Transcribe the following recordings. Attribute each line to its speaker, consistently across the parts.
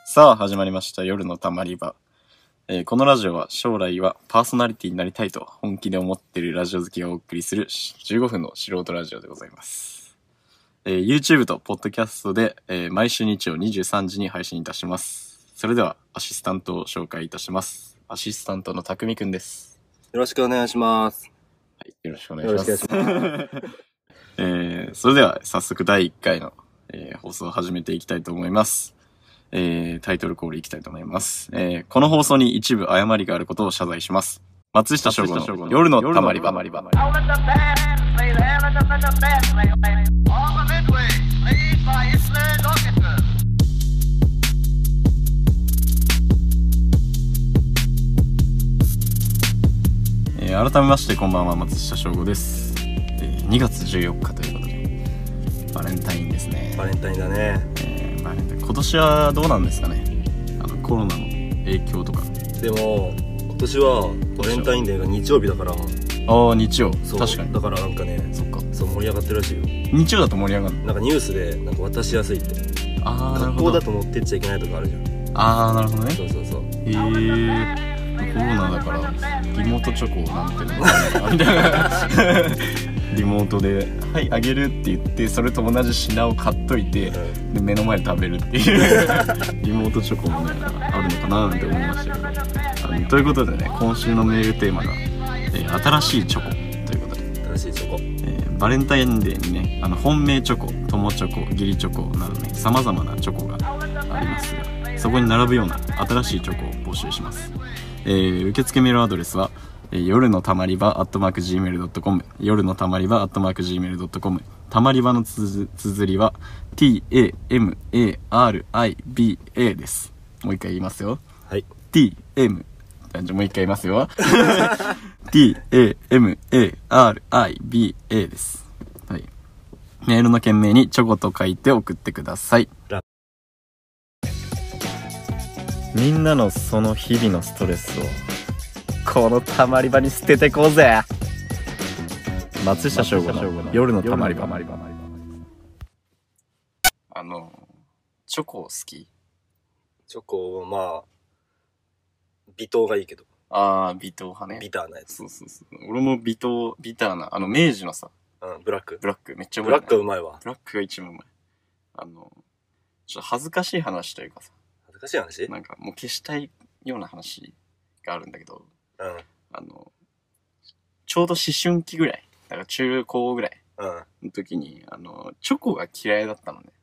Speaker 1: さあ始まりました夜のたまり場、このラジオは将来はパーソナリティになりたいと本気で思っているラジオ好きがお送りする15分の素人ラジオでございます。YouTube と Podcast で、毎週日曜23時に配信いたします。それではアシスタントを紹介いたします。アシスタントのたくみくんです。
Speaker 2: よろしくお願いします。
Speaker 1: はい、よろしくお願いします。それでは早速第1回の、放送を始めていきたいと思います。タイトルコールいきたいと思います。この放送に一部誤りがあることを謝罪します。松下翔吾の夜のたまり場。改めましてこんばんは、松下翔吾です。2月14日ということでバレンタインですね。
Speaker 2: バレンタインだね。
Speaker 1: バレンタイン今年はどうなんですかね。コロナの影響とか。
Speaker 2: でも今年はバレンタインデーが日曜日だから。あ
Speaker 1: あ、日曜。確かに。
Speaker 2: だからなんかね、
Speaker 1: そっか、
Speaker 2: そう盛り上がってるらしいよ。
Speaker 1: 日曜だと盛り上がる。
Speaker 2: なんかニュースでなんか渡しやすいって。
Speaker 1: ああ、
Speaker 2: 学校だと持ってっちゃいけないとかあるじゃん。
Speaker 1: ああ、なるほどね。
Speaker 2: そうそうそう。
Speaker 1: コロナだからリモートチョコなんてのもみたいなリモートで「はいあげる」って言ってそれと同じ品を買っといて、で目の前で食べるっていうリモートチョコもねあるのかななんて思いましたけど、ということでね、今週のメールテーマが、新しいチョコということで、
Speaker 2: 新しいチョコ、
Speaker 1: バレンタインデーにね、本命チョコ、友チョコ、義理チョコなどね、様々なチョコがありますが、そこに並ぶような新しいチョコを募集します。受付メールアドレスは、夜のたまり場@gmail.com、夜のたまり場@gmail.com、たまり場の綴りは TAMARIBA です。もう一回言いますよ。
Speaker 2: はい。
Speaker 1: もう一回言いますよ。TAMARIBA です。はい。メールの件名にチョコと書いて送ってください。みんなのその日々のストレスをこのたまり場に捨ててこうぜ。松下翔吾の夜のたまり場。チョコ好き？
Speaker 2: チョコまあ微糖がいいけど。
Speaker 1: ああ、微糖派ね。
Speaker 2: ビターなやつ。
Speaker 1: そう。俺も微糖、ビターな明治のさ、
Speaker 2: ブラック
Speaker 1: めっちゃうまい、ね。
Speaker 2: ブラックうまいわ。
Speaker 1: ブラックが一番うまい。ちょっと恥ずかしい話というかさ。
Speaker 2: 恥ずかしい話？
Speaker 1: なんかもう消したいような話があるんだけど、ちょうど思春期ぐらい、だから中高ぐらいの時に、チョコが嫌いだったのね。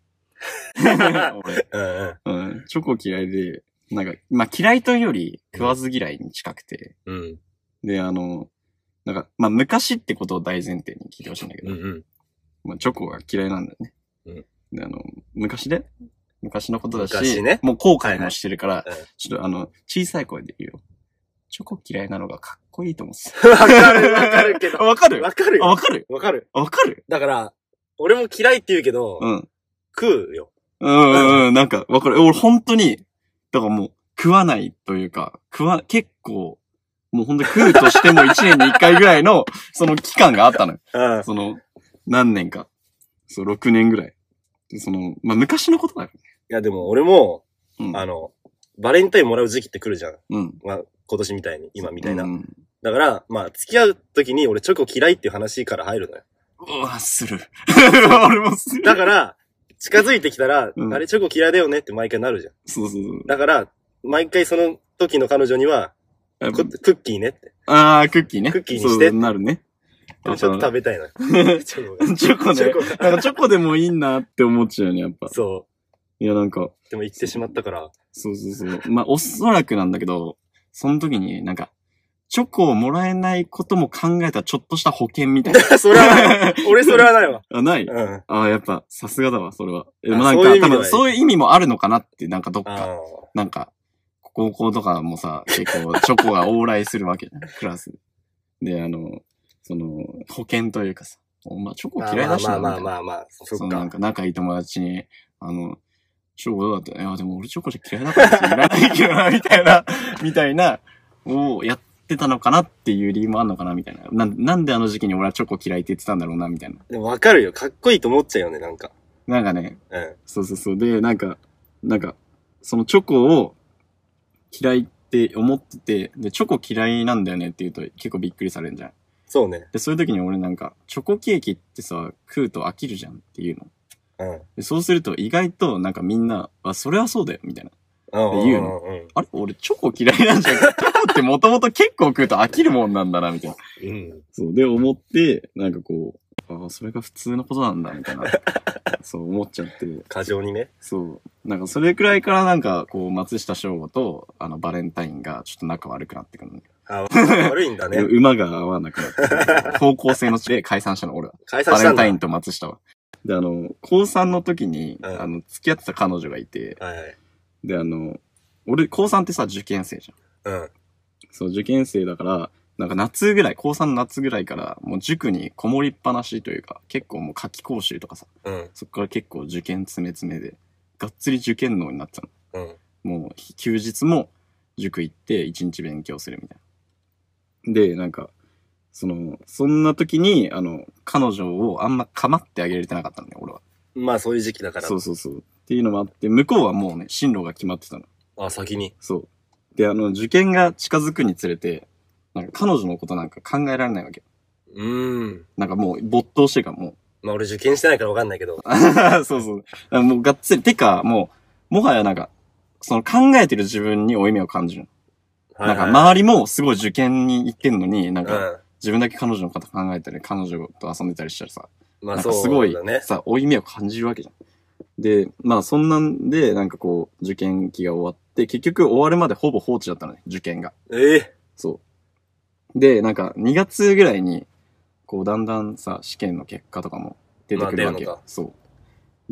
Speaker 1: 俺、チョコ嫌いで、なんか、まあ、嫌いというより食わず嫌いに近くて、で、なんか、まあ、昔ってことを大前提に聞いてほしいんだけど、まあ、チョコが嫌いなんだよね。で、昔のことだし、
Speaker 2: ね、
Speaker 1: もう後悔もしてるから、ちょっと小さい声で言うよ。チョコ嫌いなのがかっこいいと思ってた。
Speaker 2: わかるけど。
Speaker 1: わかる。
Speaker 2: だから、俺も嫌いって言うけど、食うよ。
Speaker 1: なんか、わかる。俺本当に、だからもう、食わないというか、結構、もう本当に食うとしても1年に1回ぐらいの、その期間があったのよ。その、何年か。そう、6年ぐらい。まあ、昔のことだよね。
Speaker 2: いや、でも俺も、バレンタインもらう時期って来るじゃん。まあ、今年みたいに、今みたいな。だから、まあ、付き合う時に俺チョコ嫌いっていう話から入るのよ。
Speaker 1: うわ、する。俺もする。
Speaker 2: だから、近づいてきたら、あれチョコ嫌いだよねって毎回なるじゃん。
Speaker 1: そう。
Speaker 2: だから、毎回その時の彼女には、クッキーねって。
Speaker 1: ああ、クッキーね。
Speaker 2: クッキーにして。
Speaker 1: なるね。
Speaker 2: ちょっと食べたいな。
Speaker 1: チョコね。なんかチョコでもいいなって思っちゃうよね、やっぱ。
Speaker 2: そう。
Speaker 1: いや、なんか。
Speaker 2: でも言ってしまったから。
Speaker 1: そう。まあ、おそらくなんだけど、その時になんか、チョコをもらえないことも考えたちょっとした保険みたいな。
Speaker 2: それはない。俺それはないわ。
Speaker 1: ない？ああ、やっぱ、さすがだわ、それは。でもなんか、多分そういう意味もあるのかなって、なんかどっか。なんか、高校とかもさ、結構チョコが往来するわけじゃん、クラスで。保険というかさ、まあ、チョコ嫌いだしな、みたいな。
Speaker 2: まあ、そっか。
Speaker 1: なんか仲いい友達に、チョコどうだった？いや、でも俺チョコじゃ嫌いだからいらないけどな、みたいな、をやってたのかなっていう理由もあんのかな、みたいな。なんであの時期に俺はチョコ嫌いって言ってたんだろうな、みたいな。
Speaker 2: でもわかるよ。かっこいいと思っちゃうよね、なんか。
Speaker 1: なんかね。そう。で、なんか、 そのチョコを嫌いって思ってて、で、チョコ嫌いなんだよねって言うと結構びっくりされるんじゃん。
Speaker 2: そうね。
Speaker 1: で、そういう時に俺なんか、チョコケーキってさ、食うと飽きるじゃんっていうの。でそうすると意外となんかみんな、あ、それはそうだよ、みたいな。で言うの。あれ俺チョコ嫌いなんじゃん。チョコってもともと結構食うと飽きるもんなんだな、みたいな。そう。で、思って、なんかこう、あ、それが普通のことなんだ、みたいな。そう思っちゃって。
Speaker 2: 過剰にね。
Speaker 1: そう。なんかそれくらいからなんか、こう、松下翔吾と、バレンタインがちょっと仲悪くなってくるの。
Speaker 2: あ、悪いんだね。
Speaker 1: 馬が合わなくなって。高校生の地で解散したの、俺は。
Speaker 2: 解散したんだ。
Speaker 1: バレンタインと松下は。で、高3の時に、付き合ってた彼女がいて、で、俺、高3ってさ、受験生じゃん。そう、受験生だから、なんか夏ぐらい、高3の夏ぐらいから、もう塾にこもりっぱなしというか、結構もう夏期講習とかさ、そっから結構受験詰め詰めで、がっつり受験脳になってたの。もう、休日も塾行って1日勉強するみたいな。で、なんか、そんな時に、彼女をあんま構ってあげれてなかったのね、俺は。
Speaker 2: まあ、そういう時期だから。
Speaker 1: そう。っていうのもあって、向こうはもうね、進路が決まってたの。
Speaker 2: あ、先に。
Speaker 1: そう。で、受験が近づくにつれて、なんか彼女のことなんか考えられないわけ。なんかもう没頭してからもう。
Speaker 2: まあ俺受験してないからわかんないけど。
Speaker 1: そう。もうがっつり、てかもはやなんか、その考えてる自分に負い目を感じる。なんか周りもすごい受験に行ってんのに、なんか自分だけ彼女のこと考えたり、彼女と遊んでたりしたらさ、
Speaker 2: まあ
Speaker 1: なんかすごいさ、負い目を感じるわけじゃん。で、まあそんなんで、なんかこう、受験期が終わって、結局終わるまでほぼ放置だったのね、受験が。そう。で、なんか2月ぐらいに、こうだんだんさ、試験の結果とかも出てくるわけ。そう。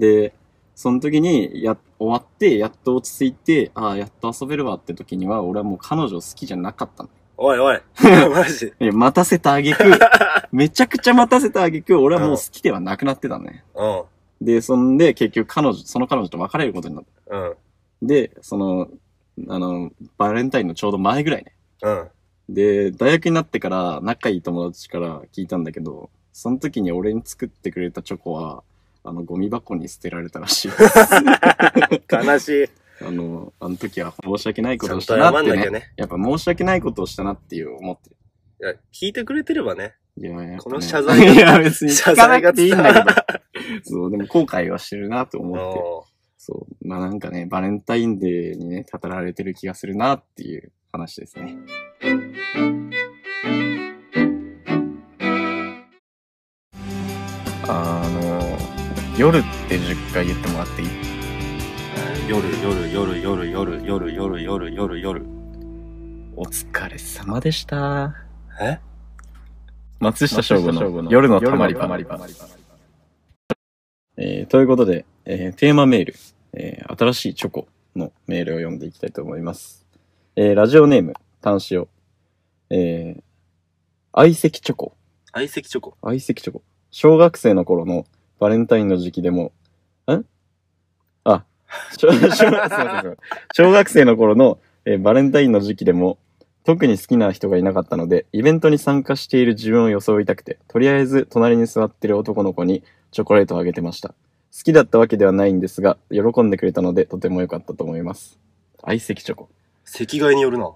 Speaker 1: で、その時に、終わって、やっと落ち着いて、ああ、やっと遊べるわって時には、俺はもう彼女好きじゃなかったの。
Speaker 2: おい。マジ
Speaker 1: いや、待たせたあげく、めちゃくちゃ待たせたあげく、俺はもう好きではなくなってたのね。で、そんで、結局その彼女と別れることになった。で、バレンタインのちょうど前ぐらいね。で、大学になってから仲いい友達から聞いたんだけど、その時に俺に作ってくれたチョコは、ゴミ箱に捨てられたらしい。
Speaker 2: 悲しい。
Speaker 1: あの時は申し訳ないことをしたなってね。やっぱ申し訳ないことをしたなっていう思ってる。
Speaker 2: いや、聞いてくれてればね。
Speaker 1: いや、
Speaker 2: この謝罪が。
Speaker 1: いや、別に聞かなくていいんだけど。そう、でも後悔はしてるなと思って。そう。まあなんかね、バレンタインデーにね、語られてる気がするなっていう話ですね。夜って10回言ってもらっていい？
Speaker 2: 夜。
Speaker 1: お疲れ様でした。
Speaker 2: え？
Speaker 1: 松下翔吾の夜のたまり場。ということで、テーマメール、新しいチョコのメールを読んでいきたいと思います。ラジオネーム、タン塩。相席チョコ。
Speaker 2: 相席チョコ。
Speaker 1: 小学生の頃のバレンタインの時期でも、小学生の頃の、バレンタインの時期でも、特に好きな人がいなかったので、イベントに参加している自分を装いたくて、とりあえず隣に座っている男の子にチョコレートをあげてました。好きだったわけではないんですが、喜んでくれたのでとても良かったと思います。相席チョコ。
Speaker 2: 席替えによるな。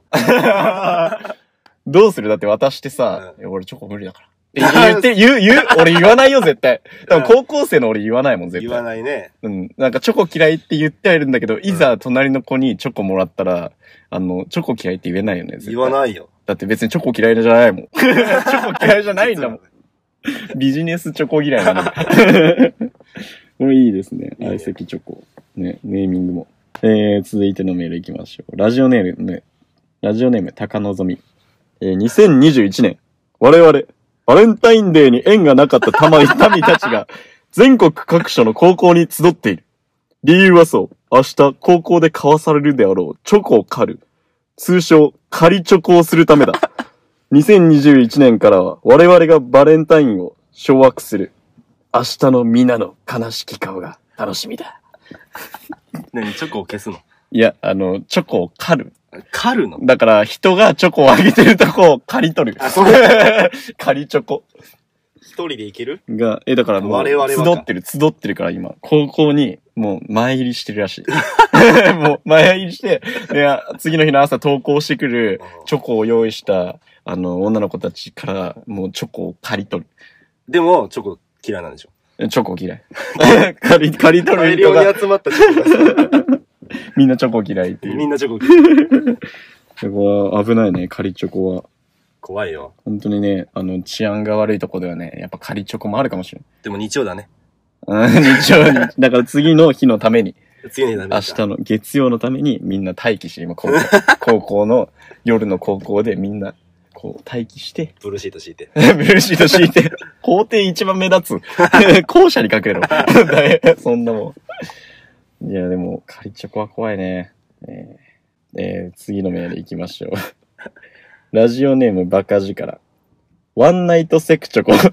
Speaker 1: どうする？だって渡してさ、俺チョコ無理だから。言俺言わないよ、絶対。多分高校生の俺言わないもん、絶対。
Speaker 2: 言わないね。
Speaker 1: なんかチョコ嫌いって言ってはいるんだけど、いざ隣の子にチョコもらったら、チョコ嫌いって言えないよね、絶対。
Speaker 2: 言わないよ。
Speaker 1: だって別にチョコ嫌いじゃないもん。チョコ嫌いじゃないんだもん。ビジネスチョコ嫌いなの。これいいですね。相席チョコ。ね、ネーミングも。続いてのメールいきましょう。ラジオネーム、高望み。2021年、我々、バレンタインデーに縁がなかった民たちが、全国各所の高校に集っている。理由はそう。明日、高校で交わされるであろう、チョコを狩る。通称、狩りチョコをするためだ。2021年からは、我々がバレンタインを掌握する。明日のみんなの悲しき顔が楽しみだ。
Speaker 2: 何、チョコを消すの？
Speaker 1: いや、チョコを狩る。
Speaker 2: 狩るの？
Speaker 1: だから、人がチョコをあげてるとこを刈り取る。刈りチョコ。
Speaker 2: 一人でいける？
Speaker 1: だからもう、集ってるから今、高校にもう前入りしてるらしい。 もう前入りして、で、次の日の朝投稿してくるチョコを用意した、女の子たちから、もうチョコを借り取る。
Speaker 2: でも、チョコ嫌いなんでしょ？
Speaker 1: チョコ嫌い。借り取る人が。
Speaker 2: 大量に集まったチョコが。
Speaker 1: みんなチョコ嫌いっていう。
Speaker 2: みんなチョコ嫌い。
Speaker 1: そこは危ないね、仮チョコは。
Speaker 2: 怖いよ。
Speaker 1: 本当にね、治安が悪いとこではね、やっぱ仮チョコもあるかもしれない。
Speaker 2: でも日曜だね。
Speaker 1: 日曜に。だから次の日のために。
Speaker 2: 次の日だね。
Speaker 1: 明日の月曜のためにみんな待機して、今高校の、夜の高校でみんな、こう待機して。
Speaker 2: ブルーシート敷いて。
Speaker 1: ブルーシート敷いて。校庭一番目立つ。校舎にかけろ。そんなもん。いや、でも、仮チョコは怖いね。次のメール行きましょう。ラジオネームバカ力。ワンナイトセクチョコ。好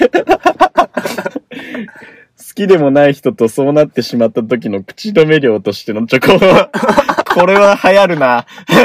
Speaker 1: きでもない人とそうなってしまった時の口止め料としてのチョコ。これは流行るな。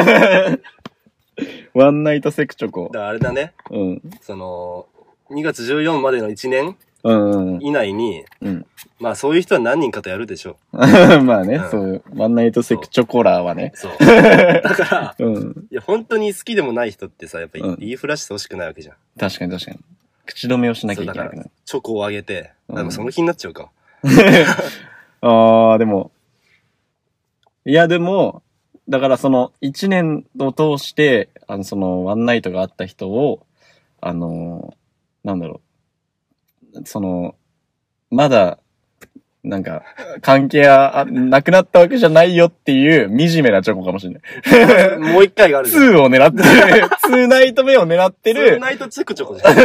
Speaker 1: ワンナイトセクチョコ。
Speaker 2: だからあれだね。
Speaker 1: うん。
Speaker 2: 2月14までの1年以内に、うん、まあそういう人は何人かとやるでしょう。
Speaker 1: まあね、そういう、ワンナイトセクチョコラーはね。
Speaker 2: そう。だから、うん、いや本当に好きでもない人ってさ、やっぱり言いふらしてほしくないわけじゃん。
Speaker 1: 確かに確かに。口止めをしなきゃいけない。だから、
Speaker 2: チョコをあげて、でもその気になっちゃうか。
Speaker 1: でも、いやでも、だから1年を通して、ワンナイトがあった人を、なんだろう。まだ、なんか、関係はなくなったわけじゃないよっていう惨めなチョコかもしれない。
Speaker 2: もう一回があるじゃん。
Speaker 1: 2を狙ってる。2ナイト目を狙ってる。
Speaker 2: 2ナイトチェクチョコじゃん。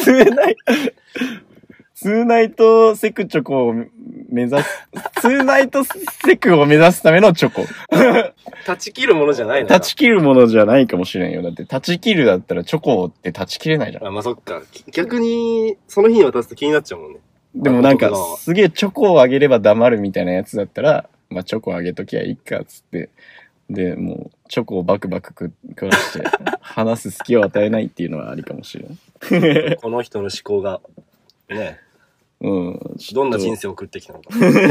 Speaker 1: 2ナイトセクチョコを目指す、2ナイトセクを目指すためのチョコ。
Speaker 2: 断ち切るものじゃないの？
Speaker 1: 断ち切るものじゃないかもしれんよ。だって断ち切るだったらチョコって断ち切れないじゃん。
Speaker 2: まあそっか。逆に、その日に渡すと気になっちゃうもんね。
Speaker 1: でもなんか、すげえチョコをあげれば黙るみたいなやつだったら、まあチョコあげときゃいいか、つって。で、もう、チョコをバクバク食わして、話す隙を与えないっていうのはありかもしれん。
Speaker 2: この人の思考が、ね。
Speaker 1: うん。
Speaker 2: どんな人生を送ってきたのか。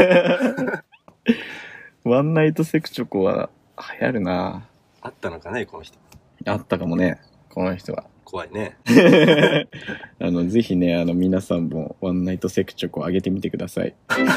Speaker 1: ワンナイトセクチョコは流行るな。
Speaker 2: あったのかね、この人。
Speaker 1: あったかもね、この人は。
Speaker 2: 怖いね。
Speaker 1: ぜひね、皆さんもワンナイトセクチョコをあげてみてください。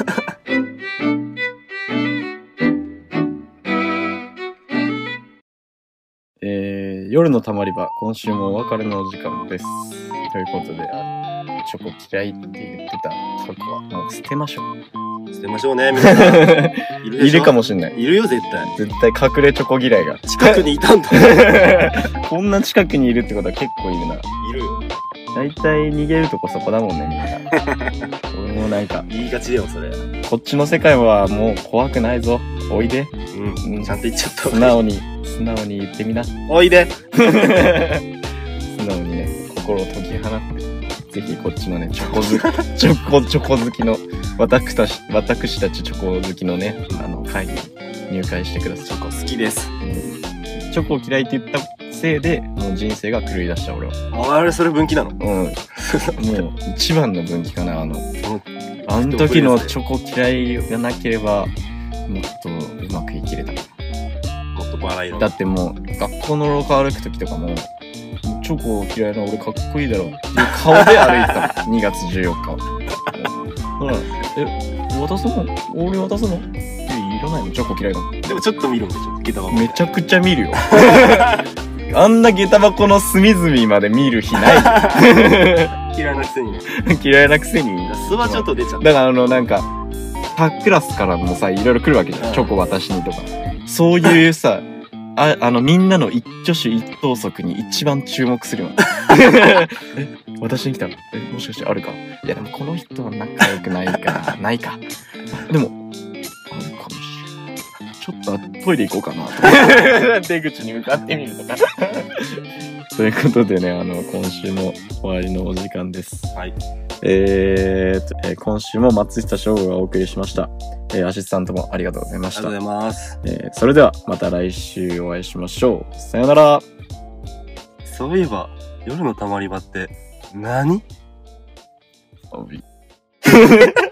Speaker 1: 夜のたまり場、今週もお別れのお時間です。ということで、チョコ嫌いって言ってたチョコはもう捨てましょう。
Speaker 2: 捨てましょうね、皆さん。
Speaker 1: いるかもしんない。
Speaker 2: いるよ、絶対。
Speaker 1: 絶対隠れチョコ嫌いが。
Speaker 2: 近くにいたんだ。
Speaker 1: こんな近くにいるってことは結構いるな。
Speaker 2: いるよ。
Speaker 1: 大体逃げるとこそこだもんね、みんな。俺もなんか。
Speaker 2: 言いがちだよ、それ。
Speaker 1: こっちの世界はもう怖くないぞ。おいで。
Speaker 2: うん。ちゃんと言っちゃった。
Speaker 1: 素直に言ってみな。
Speaker 2: おいで。
Speaker 1: 素直にね、心を解き放って。ぜひこっちのね、チョコ好きの、私たちチョコ好きのね、会に入会してください。
Speaker 2: チョコ好きです。
Speaker 1: チョコを嫌いって言ったせいで、もう人生が狂い出した、俺は。
Speaker 2: あれ、それ分岐なの？
Speaker 1: もう、一番の分岐かな、あの時のチョコ嫌いがなければ、もっとうまく生きれた。
Speaker 2: もっとバラ色。
Speaker 1: だってもう、学校の廊下歩く時とかも、チョコ嫌いな俺かっこいいだろっていう顔で歩いてたの。2月14日は。ほら、渡すの？俺渡すの？いらないの？チョコ嫌いなの。
Speaker 2: でもちょっと見るんでしょ、下駄箱。
Speaker 1: めちゃくちゃ見るよ。あんな下駄箱の隅々まで見る日ない。
Speaker 2: 嫌いなくせにね。
Speaker 1: 嫌いなくせに。
Speaker 2: 素はちょっと出ちゃった。
Speaker 1: だからなんか、他クラスからもさ、いろいろ来るわけじゃん。チョコ渡しにとか。そういうさ、みんなの一挙手一投足に一番注目するよ。私に来たの？もしかしてあるか？いやでもこの人は仲良くないから、ないか。でも、あるかもしれない。ちょっとトイレ行こうかな。出口に向かってみるとか。ということでね、今週も終わりのお時間です。
Speaker 2: はい。
Speaker 1: 今週も松下翔吾がお送りしました。アシスタントもありがとうございました。
Speaker 2: ありがとうございます。
Speaker 1: それではまた来週お会いしましょう。さよなら。
Speaker 2: そういえば、夜のたまり場って何？